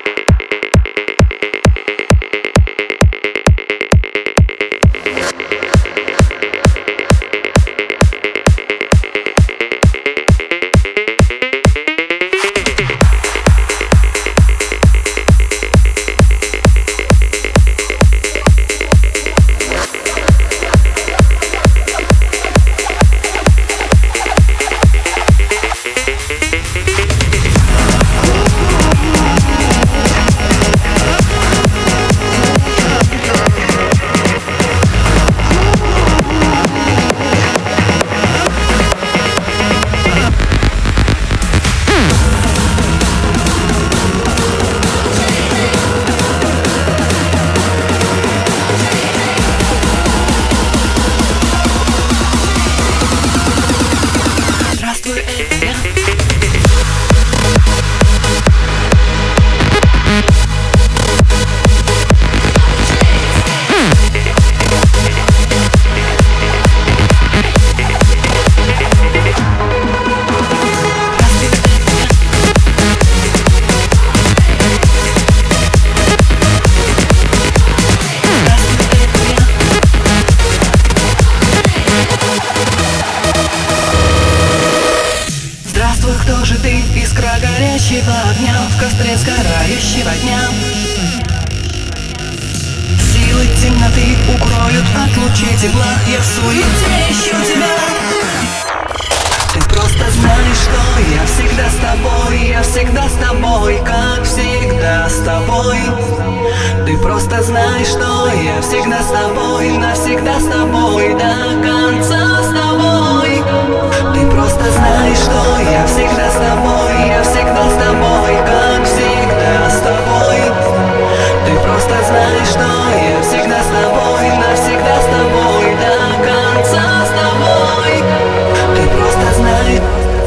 Кто же ты, искра горящего огня, в костре сгорающего дня? Силы темноты укроют от лучей тепла. Я в суете ищу тебя. Ты просто знаешь, что я всегда с тобой. Я всегда с тобой, как всегда с тобой. Ты просто знаешь, что я всегда с тобой. Навсегда с тобой, до конца с тобой. Ты просто знаешь, что я всегда с тобой. Я всегда с тобой, как всегда с тобой. Ты просто знаешь, что я всегда с тобой. Навсегда с тобой, до конца с тобой. Ты просто знаешь.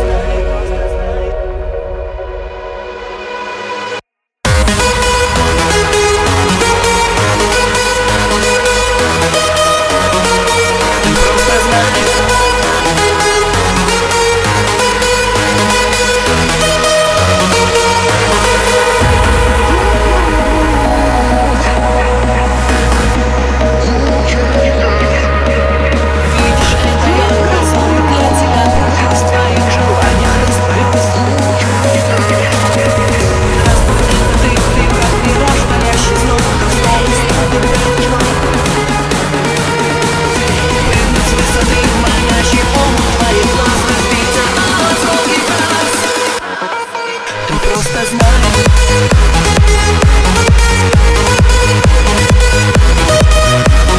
Просто знай.